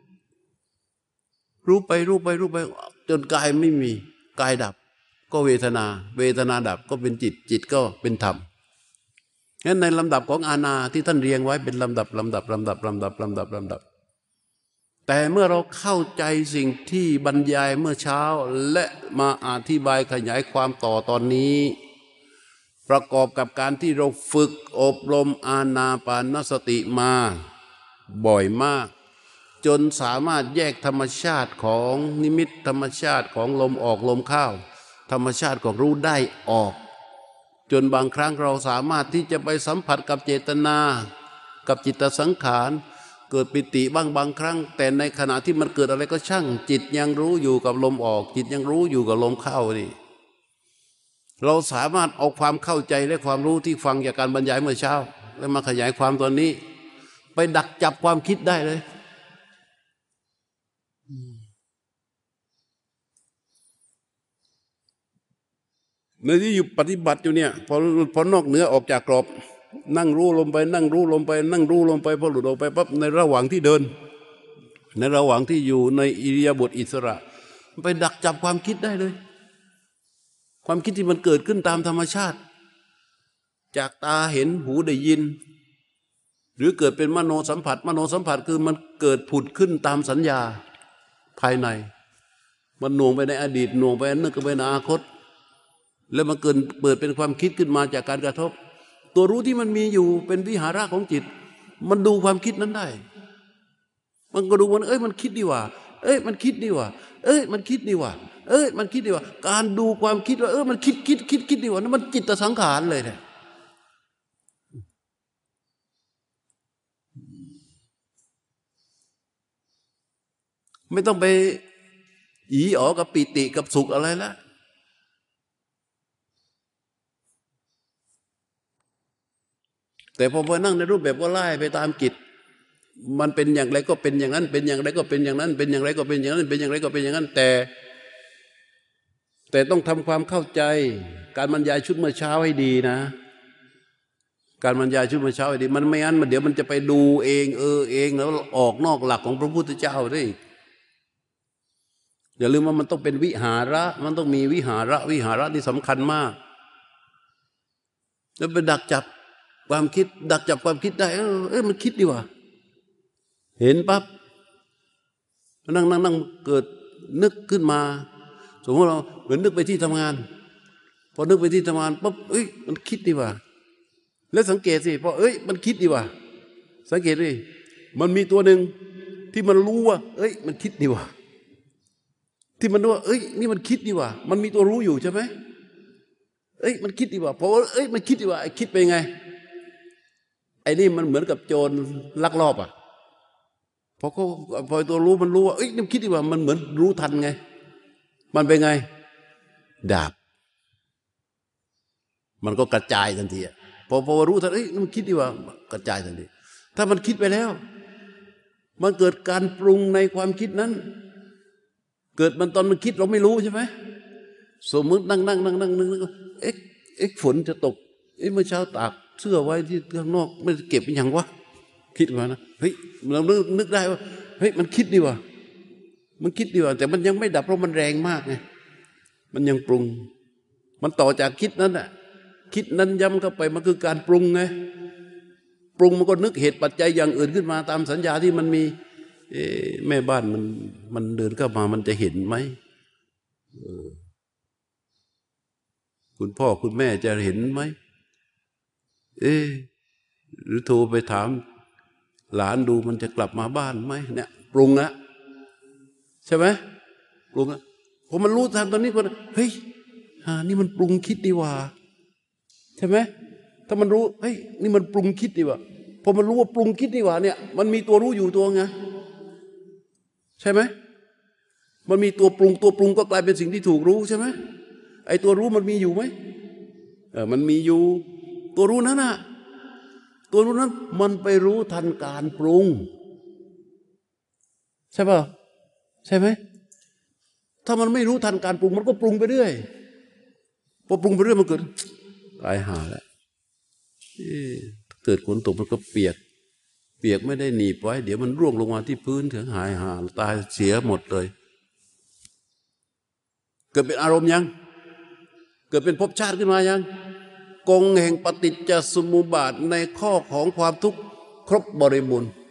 รู้ไปรู้ไปรู้ไปจนกายไม่มีกายดับก็เวทนาเวทนาดับก็เป็นจิตจิตก็เป็นธรรมงั้นในลำดับของอาณาที่ท่านเรียงไว้เป็นลำดับลำดับลำดับลำดับลำดับลำดับแต่เมื่อเราเข้าใจสิ่งที่บรรยายเมื่อเช้าและมาอธิบายขยายความต่อตอนนี้ประกอบกับการที่เราฝึกอบรมอานาปานสติมาบ่อยมากจนสามารถแยกธรรมชาติของนิมิตธรรมชาติของลมออกลมเข้าธรรมชาติของรู้ได้ออกจนบางครั้งเราสามารถที่จะไปสัมผัสกับเจตนากับจิตสังขารเกิดปิติบ้างบางครั้งแต่ในขณะที่มันเกิดอะไรก็ช่างจิตยังรู้อยู่กับลมออกจิตยังรู้อยู่กับลมเข้านี่เราสามารถเอาความเข้าใจและความรู้ที่ฟังจากการบรรยายเมื่อเช้าแล้วมาขยายความตอนนี้ไปดักจับความคิดได้เลยในที่อยู่ปฏิบัติอยู่เนี่ยพอพอนอกเหนือออกจากกรอบนั่งรู้ลมไปนั่งรู้ลมไปนั่งรู้ลมไปพอหลุดออกไปปั๊บในระหว่างที่เดินในระหว่างที่อยู่ในอิริยาบถอิสระไปดักจับความคิดได้เลยความคิดที่มันเกิดขึ้นตามธรรมชาติจากตาเห็นหูได้ยินหรือเกิดเป็นมโนสัมผัสมโนสัมผัสคือมันเกิดผุดขึ้นตามสัญญาภายในมันหน่วงไปในอดีตหน่วงไปนึกไปในอนาคตแล้วมันเกิดเปิดเป็นความคิดขึ้นมาจากการกระทบตัวรู้ที่มันมีอยู่เป็นวิหาระของจิตมันดูความคิดนั้นได้มันก็ดูว่าเอ้ยมันคิดดีว่าเอ้ยมันคิดดีว่าเอ้ยมันคิดดีว่าเอ้ยมันคิดดีว่าการดูความคิดว่าเออมันคิดคิดคิดคิดดีว่านั่นมันจิตสังขารเลยเนี่ยไม่ต้องไปอีอ๋อกับปิติกับสุขอะไรแล้วแต่พอพอนั่งในรูปแบบว่าไล่ไปตามกิจมันเป็นอย่างไรก็เป็นอย่างนั้นเป็นอย่างไรก็เป็นอย่างนั้นเป็นอย่างไรก็เป็นอย่างนั้นเป็นอย่างไรก็เป็นอย่างนั้นแต่แต่ต้องทำความเข้าใจการบรรยายชุดเมื่อเช้าให้ดีนะการบรรยายชุดเมื่อเช้าไอ้ดิมันไม่งั้นมันเดี๋ยวมันจะไปดูเองเออเองแล้วออกนอกหลักของพระพุทธเจ้าได้อย่าลืมว่ามันต้องเป็นวิหาระมันต้องมีวิหาระวิหาระที่สำคัญมากแล้วไปดักจับความคิดดักจับความคิดได้เออเออมันคิดดีว่าเห็นปั๊บนั่งนั่งนั่งเกิดนึกขึ้นมาสมมติเราเหมือนนึกไปที่ทำงานพอนึกไปที่ทำงานปั๊บเอ้ยมันคิดดีว่าแล้วสังเกตสิพอเอ้ยมันคิดดีว่าสังเกตดิมันมีตัวหนึ่งที่มันรู้ว่าเอ้ยมันคิดดีว่าที่มันรู้ว่าเอ้ยนี่มันคิดดีว่ามันมีตัวรู้อยู่ใช่ไหมเอ้ยมันคิดดีว่าเพราะว่าเอ้ยมันคิดดีว่าไอ้คิดไปไงไอ้นี่มันเหมือนกับโจรลักลอบอ่ะพอเขาพอตัวรู้มันรู้ว่าเอ้ยนี่มันคิดดีว่ามันเหมือนรู้ทันไงมันเป็นไงดาบมันก็กระจายทันทีพอพอรู้ทันเอ้ยมันคิดดีว่ากระจายทันทีถ้ามันคิดไปแล้วมันเกิดการปรุงในความคิดนั้นเกิดมันตอนมันคิดเราไม่รู้ใช่ไหมสมมตินั่งนั่งนั่งนั่งนั่งเอ๊ะเอ๊ะฝนจะตกเอ๊ะเมื่อเช้าตากเสื้อไว้ที่ข้างนอกไม่เก็บเป็นอย่างวะคิดว่านะเฮ้ยเรานึกนึกได้ว่าเฮ้ยมันคิดดีว่ะมันคิดดีว่ะแต่มันยังไม่ดับเพราะมันแรงมากไงมันยังปรุงมันต่อจากคิดนั้นอ่ะคิดนั้นย้ำเข้าไปมันคือการปรุงไงปรุงมันก็นึกเหตุปัจจัยอย่างอื่นขึ้นมาตามสัญญาที่มันมีเอ๊ะแม่บ้านมันมันเดินเข้ามามันจะเห็นไหมคุณพ่อคุณแม่จะเห็นไหมเอ๊ะหรือโทรไปถามหลานดูมันจะกลับมาบ้านไหมเนี่ยปรุงนะใช่ไหมปรุงนะพอมันรู้ทันตอนนี้ก็เฮ้ยอ่านี่มันปรุงคิดดีว่าใช่ไหมถ้ามันรู้เฮ้ยนี่มันปรุงคิดดีว่าพอมันรู้ว่าปรุงคิดดีว่าเนี่ยมันมีตัวรู้อยู่ตัวไงใช่ไหมมันมีตัวปรุงตัวปรุงก็กลายเป็นสิ่งที่ถูกรู้ใช่ไหมไอ้ตัวรู้มันมีอยู่ไหมเออมันมีอยู่ตัวรู้นั้นน่ะตัวรู้นั้นมันไปรู้ทันการปรุงใช่ป่ะใช่ไหมถ้ามันไม่รู้ทันการปรุงมันก็ปรุงไปเรื่อยพอปรุงไปเรื่อยมันเกิดตายหาแล้วเกิดฝนตกมันก็เปียกเปียกไม่ได้หนีบไว้เดี๋ยวมันร่วงลงมาที่พื้นถึงหายหาตายเสียหมดเลยเกิดเป็นอารมณ์ยังเกิดเป็นภพชาติขึ้นมายังกงแห่งปฏิจจสมุปบาทในข้อของความทุกข์ครบบริบูรณ์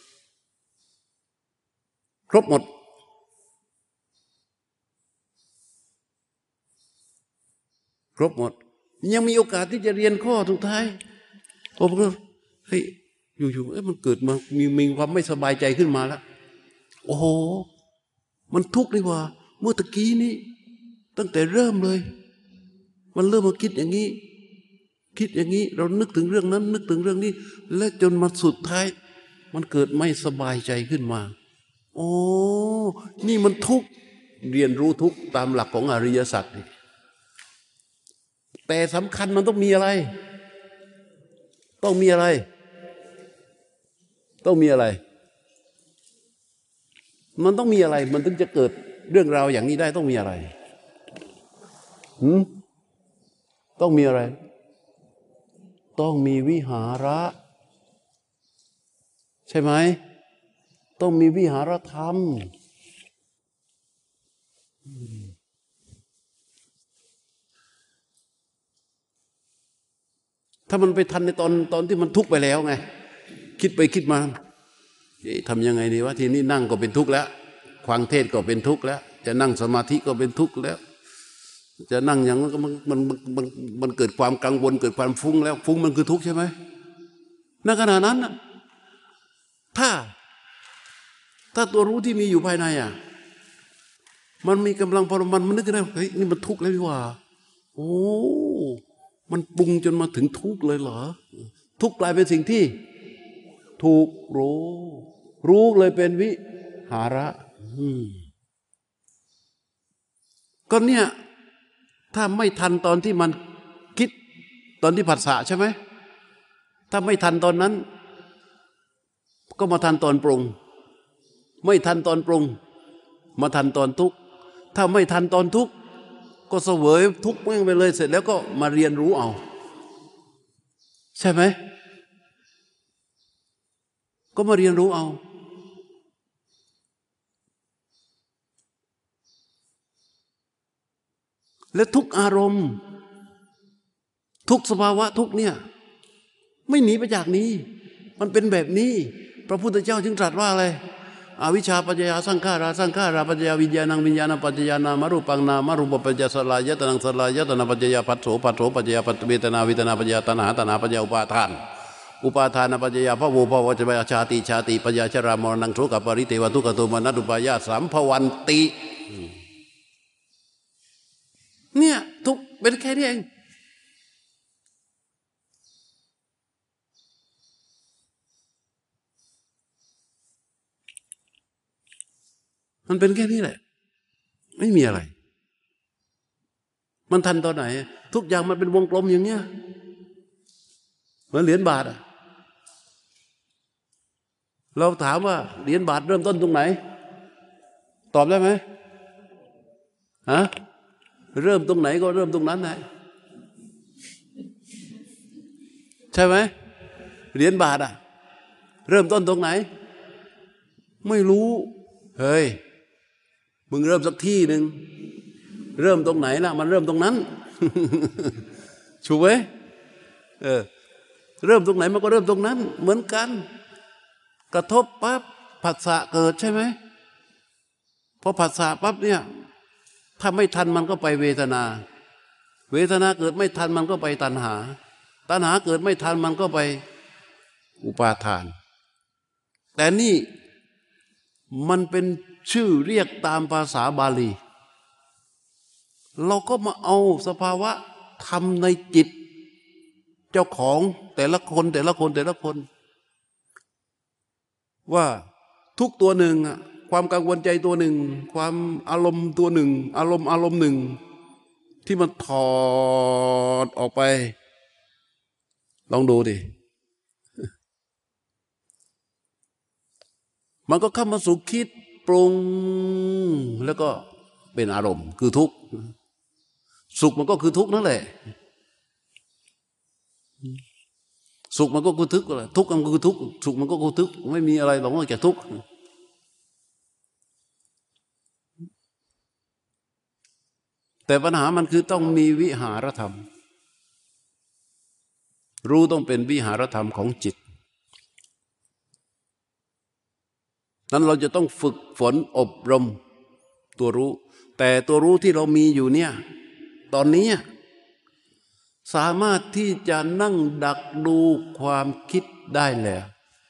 ครบหมดครบหมดยังมีโอกาสที่จะเรียนข้อสุดท้ายผมก็เฮ้ยอยู่ๆเอ้ยมันเกิดมามีมีความไม่สบายใจขึ้นมาแล้วโอ้โหมันทุกข์ดีกว่าเมื่อตะกี้นี้ตั้งแต่เริ่มเลยมันเริ่มมาคิดอย่างนี้คิดอย่างนี้เรานึกถึงเรื่องนั้นนึกถึงเรื่องนี้และจนมาสุดท้ายมันเกิดไม่สบายใจขึ้นมาโอ้นี่มันทุกข์เรียนรู้ทุกข์ตามหลักของอริยสัจแต่สำคัญมันต้องมีอะไรต้องมีอะไรต้องมีอะไรมันต้องมีอะไรมันถึงจะเกิดเรื่องราวอย่างนี้ได้ต้องมีอะไรหืมต้องมีอะไรต้องมีวิหาระใช่ไหมต้องมีวิหารธรรมถ้ามันไปทันในตอนตอนที่มันทุกข์ไปแล้วไงคิดไปคิดมาทำยังไงดีวะทีนี้นั่งก็เป็นทุกข์แล้วฟังเทศก็เป็นทุกข์แล้วจะนั่งสมาธิก็เป็นทุกข์แล้วจะนั่งอย่างนั้นมันมันมันมันเกิดความกังวลเกิดความฟุ้งแล้วฟุ้งมันคือทุกข์ใช่ไหมในขณะนั้นถ้าถ้าตัวรู้ที่มีอยู่ภายในอ่ะมันมีกำลังพอมันมันนึกได้เฮ้ยนี่มันทุกข์แล้วดีกว่าโอ้มันปรุงจนมาถึงทุกข์เลยเหรอทุกข์กลายเป็นสิ่งที่ถูกรู้รู้เลยเป็นวิหาระก็เนี่ยถ้าไม่ทันตอนที่มันคิดตอนที่ผัสสะใช่ไหมถ้าไม่ทันตอนนั้นก็มาทันตอนปรุงไม่ทันตอนปรุงมาทันตอนทุกข์ถ้าไม่ทันตอนทุกข์ก็เสวยทุกข์แม่งไปเลยเสร็จแล้วก็มาเรียนรู้เอาใช่ไหมก็มาเรียนรู้เอาและทุกอารมณ์ทุกสภาวะทุกเนี่ยไม่หนีไปจากนี้มันเป็นแบบนี้พระพุทธเจ้าจึงตรัสว่าอะไรอวิชชาปัจจยาสังขาราสังขาราปัจจยาวิญญาณังวิญญาณปัจจยานามารูปังนามารูปปัจจยสลายตนังสลายตนะปัจจยาภัสโสภัสโสปัจจยาปัจเวทนาเวทนาปัจจยตัณหาตัณหาปัจจยอุปาทานอุปาทานปัจจยาภโวภวจชาติชาติปัจจยชรามรณังโสกปริเทวทุกขโทมนัสอุปายาสัมภวันติเนี่ยทุกเป็นแค่นี้เองมันเป็นแค่นี้แหละไม่มีอะไรมันทันตอนไหนทุกอย่างมันเป็นวงกลมอย่างเงี้ยเหมือนเหรียญบาทอะเราถามว่าเหรียญบาทเริ่มต้นตรงไหนตอบได้ไหมฮะเริ่มตรงไหนก็เริ่มตรงนั้นแหละใช่ไหมเหรียญบาทอะเริ่มต้นตรงไหนไม่รู้เฮ้ยมึงเริ่มสักที่หนึ่งเริ่มตรงไหนล่ะมันเริ่มตรงนั้นถูกไหมเออเริ่มตรงไหนมันก็เริ่มตรงนั้นเหมือนกันกระทบปั๊บผัสสะเกิดใช่ไหมพอผัสสะปั๊บเนี่ยถ้าไม่ทันมันก็ไปเวทนาเวทนาเกิดไม่ทันมันก็ไปตัณหาตัณหาเกิดไม่ทันมันก็ไปอุปาทานแต่นี่มันเป็นชื่อเรียกตามภาษาบาลีเราก็มาเอาสภาวะธรรมในจิตเจ้าของแต่ละคนแต่ละคนแต่ละคนว่าทุกตัวหนึ่งความกังวลใจตัวหนึ่งความอารมณ์ตัวหนึ่งอารมณ์อารมณ์หนึ่งที่มันถอดออกไปลองดูดิมันก็เข้ามาสู่คิดปรุงแล้วก็เป็นอารมณ์คือทุกข์สุขมันก็คือทุกข์นั่นแหละสุขมันก็คือทุกข์แหละทุกข์มันก็คือทุกข์สุขมันก็คือทุกข์ไม่มีอะไรหรอกนอกจากทุกข์แต่ปัญหามันคือต้องมีวิหารธรรมรู้ต้องเป็นวิหารธรรมของจิตนั้นเราจะต้องฝึกฝนอบรมตัวรู้แต่ตัวรู้ที่เรามีอยู่เนี่ยตอนนี้สามารถที่จะนั่งดักดูความคิดได้แล้ว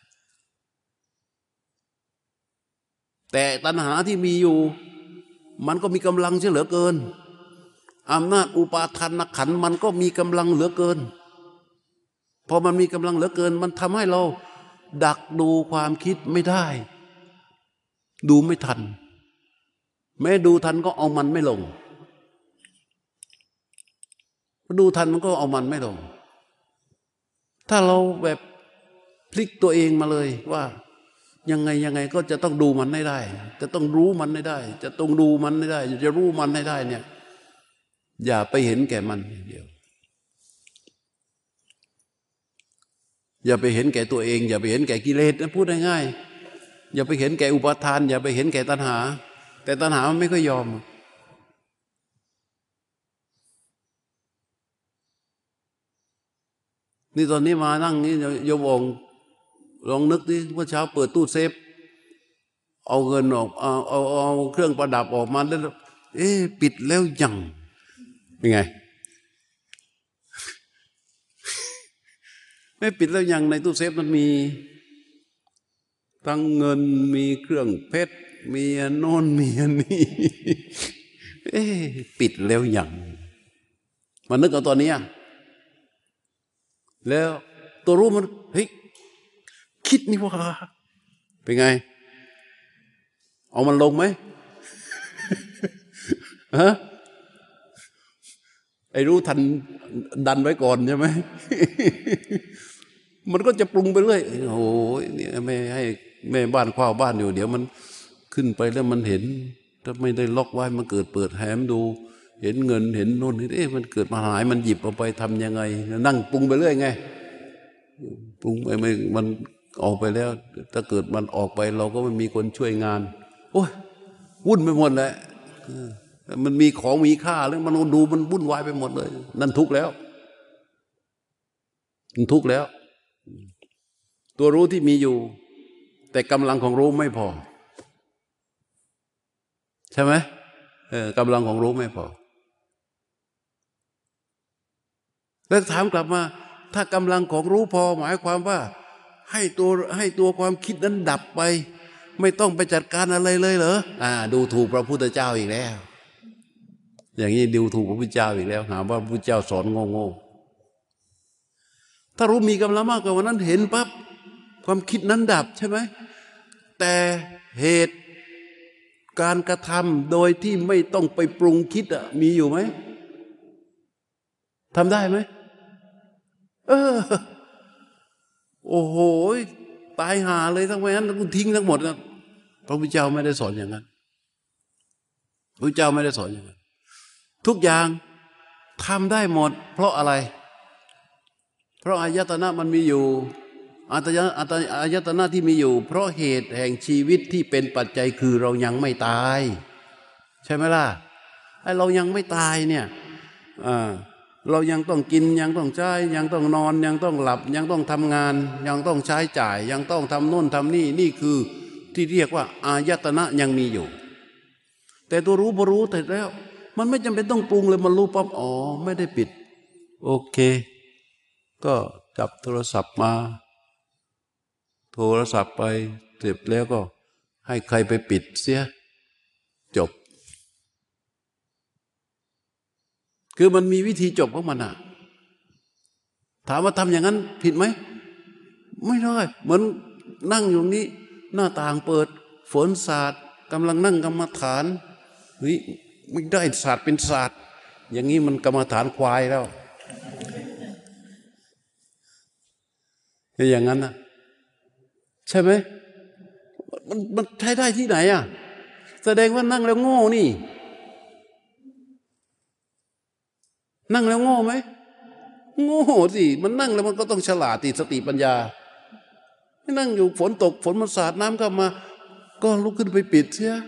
แต่ตัณหาที่มีอยู่มันก็มีกำลังเสียเหลือเกินอำนาจอุปาทานขันธ์มันก็มีกำลังเหลือเกินพอมันมีกำลังเหลือเกินมันทำให้เราดักดูความคิดไม่ได้ดูไม่ทันแม้ดูทันก็เอามันไม่ลงดูทันมันก็เอามันไม่ลงถ้าเราแบบพลิกตัวเองมาเลยว่ายังไงยังไงก็จะต้องดูมันให้ได้จะต้องรู้มันให้ได้จะต้องดูมันให้ได้จะรู้มันให้ได้เนี่ยอย่าไปเห็นแก่มันเดียวอย่าไปเห็นแก่ตัวเองอย่าไปเห็นแก่กิเลสนะพูดง่ายๆอย่าไปเห็นแก่อุปาทานอย่าไปเห็นแก่ตัณหาแต่ตัณหามันไม่ค่อยยอมนี่ตอนนี้มานั่งนี่โยมองลองนึกดิเมื่อเช้าเปิดตู้เซฟเอาเงินออกเอาเอาเอาเครื่องประดับออกมาแล้วเอ๊ะปิดแล้วยังเป็นไงไม่ปิดแล้วยังในตู้เซฟมันมีทั้งเงินมีเครื่องเพชรมีอันโน้นมีอันนี้เอ๊ะปิดแล้วยังมานึกเอาตอนนี้แล้วตัวรู้มันเฮ้ยคิดนี่ว่าเป็นไงเอามันลงไหมฮะไอ้รู้ทันดันไว้ก่อนใช่ไหมมันก็จะปรุงไปเรื่อยโอ้ยเนี่ยไม่ให้แม่บ้านคว้าบ้านอยู่เดี๋ยวมันขึ้นไปแล้วมันเห็นถ้าไม่ได้ล็อกไว้มันเกิดเปิดแหมดูเห็นเงินเห็นโน่นเห็นเอ๊ะมันเกิดมาหายมันหยิบเอาไปทำยังไงนั่งปรุงไปเรื่อยไงปรุงไปไม่มันออกไปแล้ว ถ้าเกิดมันออกไปเราก็ไม่มีคนช่วยงานโอ้ยวุ่นไปหมดแหละมันมีของมีค่าแล้วมันดูมันวุ่นวายไปหมดเลยนั่นทุกข์แล้วมันทุกข์แล้วตัวรู้ที่มีอยู่แต่กำลังของรู้ไม่พอใช่ไหมเออกำลังของรู้ไม่พอแล้วถามกลับมาถ้ากำลังของรู้พอหมายความว่าให้ตัวให้ตัวความคิดนั้นดับไปไม่ต้องไปจัดการอะไรเลยเหรออ่าดูถูกพระพุทธเจ้าอีกแล้วอย่างนี้ดูถูกพระพุทธเจ้าอีกแล้วหาว่าพระพุทธเจ้าสอนโง่ๆถ้ารู้มีกำลังมากกว่าวันนั้นเห็นปั๊บความคิดนั้นดับใช่ไหมแต่เหตุการกระทำโดยที่ไม่ต้องไปปรุงคิดอะมีอยู่ไหมทำได้ไหมเออโอ้โหตายหาเลยทั้งนั้นคุณทิ้งทั้งหมดนะพระพุทธเจ้าไม่ได้สอนอย่างนั้นพระพุทธเจ้าไม่ได้สอนอย่างนั้นทุกอย่างทำได้หมดเพราะอะไรเพราะอายตนะมันมีอยู่อายตนะอายตนะที่มีอยู่เพราะเหตุแห่งชีวิตที่เป็นปัจจัยคือเรายังไม่ตายใช่ไหมล่ะไอ้เรายังไม่ตายเนี่ยอ่าเรายังต้องกินยังต้องใช้ยังต้องนอนยังต้องหลับยังต้องทำงานยังต้องใช้จ่ายยังต้องทำโน่นทำนี่นี่คือที่เรียกว่าอายตนะยังมีอยู่แต่ตัวรู้พอรู้แต่แล้วมันไม่จำเป็นต้องปรุงเลยมันรู้ปั๊บอ๋อไม่ได้ปิดโอเคก็จับโทรศัพท์มาโทรศัพท์ไปเสร็จแล้วก็ให้ใครไปปิดเสียจบคือมันมีวิธีจบของมันอ่ะถามว่าทำอย่างนั้นผิดไหมไม่ได้เหมือนนั่งอยู่นี้หน้าต่างเปิดฝนสาดกำลังนั่งกรรมฐานเฮ้ยไม่ได้ศาสตร์เป็นศาสตร์อย่างนี้มันกรรมฐานควายแล้วอย่างนั้นนะใช่ไหมมันมันใช้ได้ที่ไหนอ่ะแสดงว่านั่งแล้วโง่นี่นั่งแล้วโง่ไหมโง่สิมันนั่งแล้วมันก็ต้องฉลาดติสติปัญญาไม่นั่งอยู่ฝนตกฝนมันสาดน้ำเข้ามาก็ลุกขึ้นไปปิดเสีย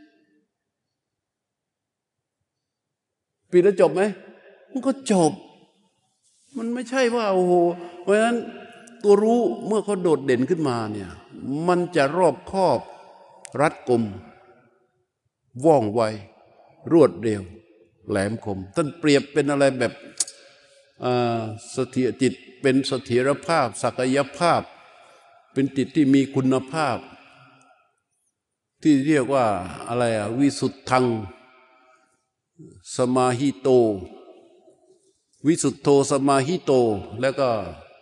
ปิดแล้วจบไหมมันก็จบมันไม่ใช่ว่าโอ้โหเพราะฉะนั้นตัวรู้เมื่อเขาโดดเด่นขึ้นมาเนี่ยมันจะรอบคอบรัดกุมว่องไวรวดเร็วแหลมคมท่านเปรียบเป็นอะไรแบบเสถียรจิตเป็นเสถียรภาพศักยภาพเป็นจิตที่มีคุณภาพที่เรียกว่าอะไรอะวิสุทธังสมาหิโตวิสุทโธสมาหิโตแล้วก็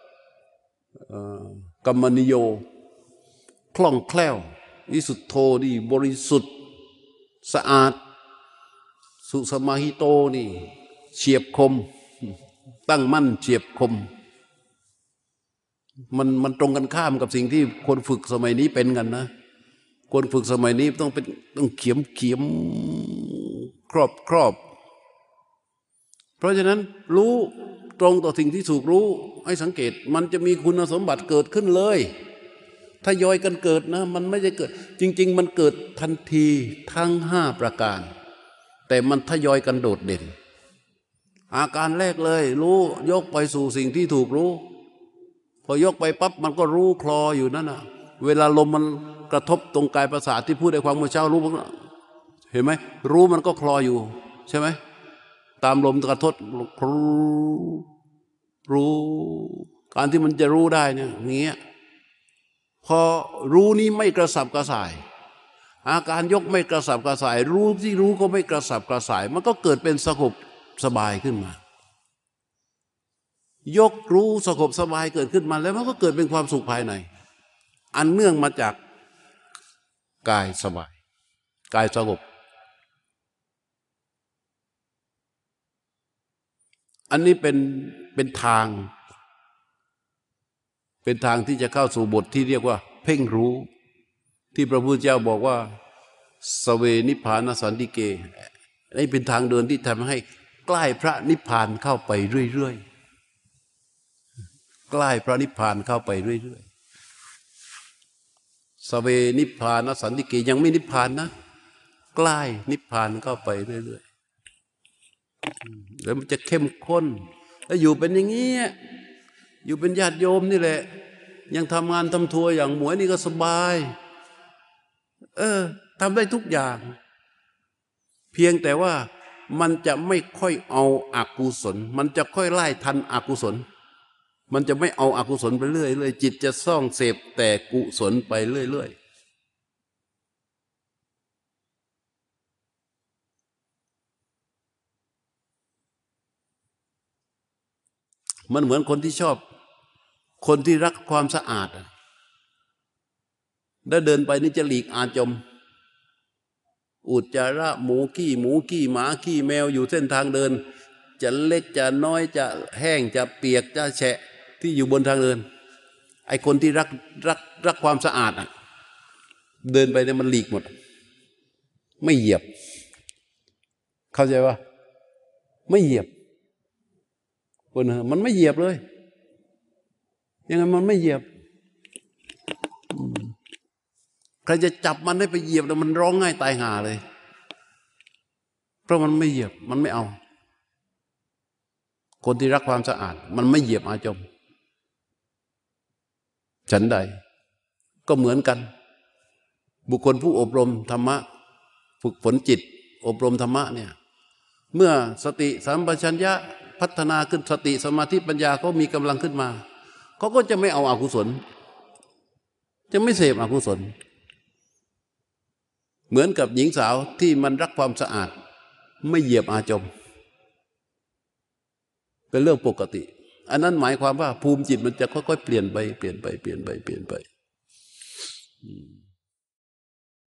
กัมมนิโยคล่องแคล่ววิสุทโธนี่บริสุทธิ์สะอาดสุสมาหิโตนี่เฉียบคมตั้งมั่นเฉียบคมมันมันตรงกันข้ามกับสิ่งที่คนฝึกสมัยนี้เป็นกันนะคนฝึกสมัยนี้ต้องเป็นต้องเขียมเขียมครอบครอบเพราะฉะนั้นรู้ตรงต่อสิ่งที่ถูกรู้ให้สังเกตมันจะมีคุณสมบัติเกิดขึ้นเลยทยอยกันเกิดนะมันไม่ได้เกิดจริงๆมันเกิดทันทีทั้งห้าประการแต่มันทยอยกันโดดเด่นอาการแรกเลยรู้ยกไปสู่สิ่งที่ถูกรู้พอยกไปปั๊บมันก็รู้คลออยู่นั่นนะเวลาลมมันกระทบตรงกายประสาทที่พูดในความเมื่อเช้ารู้เห็นไหมรู้มันก็คลออยู่ใช่ไหมตามลมกระทบรู้รู้การที่มันจะรู้ได้เนี่ยอย่างเงี้ยพอรู้นี้ไม่กระสับกระส่ายอาการยกไม่กระสับกระส่ายรู้ที่รู้ก็ไม่กระสับกระส่ายมันก็เกิดเป็นสงบสบายขึ้นมายกรู้สงบสบายเกิดขึ้นมาแล้วมันก็เกิดเป็นความสุขภายในอันเนื่องมาจากกายสบายกายสงบอันนี้เป็นเป็นทางเป็นทางที่จะเข้าสู่บทที่เรียกว่าเพ่งรู้ที่พระพุทธเจ้าบอกว่าสเวนิพพานสันติเกนี่เป็นทางเดินที่ทำให้ใกล้พระนิพพานเข้าไปเรื่อยๆใกล้พระนิพพานเข้าไปเรื่อยๆสเวนิพพานสันติเกยังไม่นิพพานนะใกล้นิพพานเข้าไปเรื่อยๆแล้วมันจะเข้มข้นแล้วอยู่เป็นอย่างนี้อยู่เป็นญาติโยมนี่แหละยังทำงานทำทัวร์อย่างหมวยนี่ก็สบายเออทำได้ทุกอย่างเพียงแต่ว่ามันจะไม่ค่อยเอาอากุศลมันจะค่อยไล่ทันอกุศลมันจะไม่เอาอากุศลไปเรื่อยเลยจิตจะซ่องเสพแต่กุศลไปเรื่อยๆมันเหมือนคนที่ชอบคนที่รักความสะอาดแล้วเดินไปนี่จะหลีกอาจมอุจจาระหมูขี้หมูขี้หมาขี้แมวอยู่เส้นทางเดินจะเล็กจะน้อยจะแห้งจะเปียกจะแฉะที่อยู่บนทางเดินไอ้คนที่รักรักรักความสะอาดอ่ะเดินไปเนี่ยมันหลีกหมดไม่เหยียบเข้าใจปะไม่เหยียบคนมันไม่เหยียบเลยยังไงมันไม่เหยียบใครจะจับมันได้ไปเหยียบแล้วมันร้องง่ายตายห่าเลยเพราะมันไม่เหยียบมันไม่เอาคนที่รักความสะอาดมันไม่เหยียบอาจมฉันใดก็เหมือนกันบุคคลผู้อบรมธรรมะฝึกฝนจิตอบรมธรรมะเนี่ยเมื่อสติสัมปชัญญะพัฒนาขึ้นสติสมาธิปัญญาเขามีกำลังขึ้นมาเขาก็จะไม่เอาอกุศลจะไม่เสพอกุศลเหมือนกับหญิงสาวที่มันรักความสะอาดไม่เหยียบอาจมเป็นเรื่องปกติอันนั้นหมายความว่าภูมิจิตมันจะค่อยๆเปลี่ยนไปเปลี่ยนไปเปลี่ยนไปเปลี่ยนไป